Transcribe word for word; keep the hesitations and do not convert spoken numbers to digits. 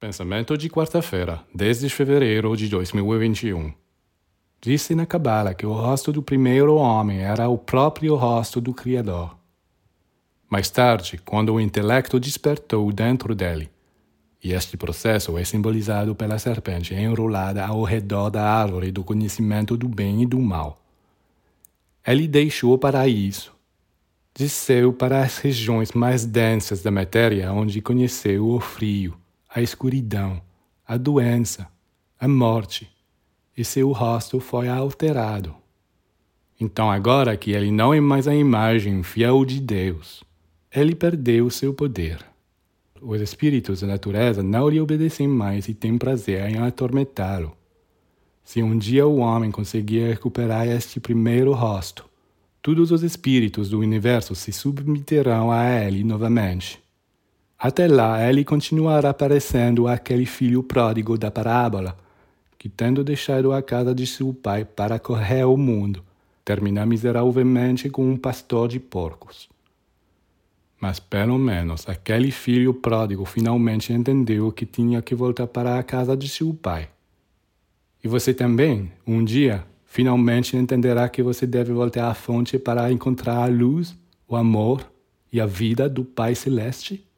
Pensamento de quarta-feira, dez de fevereiro de dois mil e vinte e um. Disse na Cabala que o rosto do primeiro homem era o próprio rosto do Criador. Mais tarde, quando o intelecto despertou dentro dele, e este processo é simbolizado pela serpente enrolada ao redor da árvore do conhecimento do bem e do mal, ele deixou o paraíso, desceu para as regiões mais densas da matéria, onde conheceu o frio, a escuridão, a doença, a morte, e seu rosto foi alterado. Então, agora que ele não é mais a imagem fiel de Deus, ele perdeu seu poder. Os espíritos da natureza não lhe obedecem mais e têm prazer em atormentá-lo. Se um dia o homem conseguir recuperar este primeiro rosto, todos os espíritos do universo se submeterão a ele novamente. Até lá, ele continuará parecendo aquele filho pródigo da parábola, que, tendo deixado a casa de seu pai para correr o mundo, termina miseravelmente com um pastor de porcos. Mas, pelo menos, aquele filho pródigo finalmente entendeu que tinha que voltar para a casa de seu pai. E você também, um dia, finalmente entenderá que você deve voltar à fonte para encontrar a luz, o amor e a vida do Pai Celeste?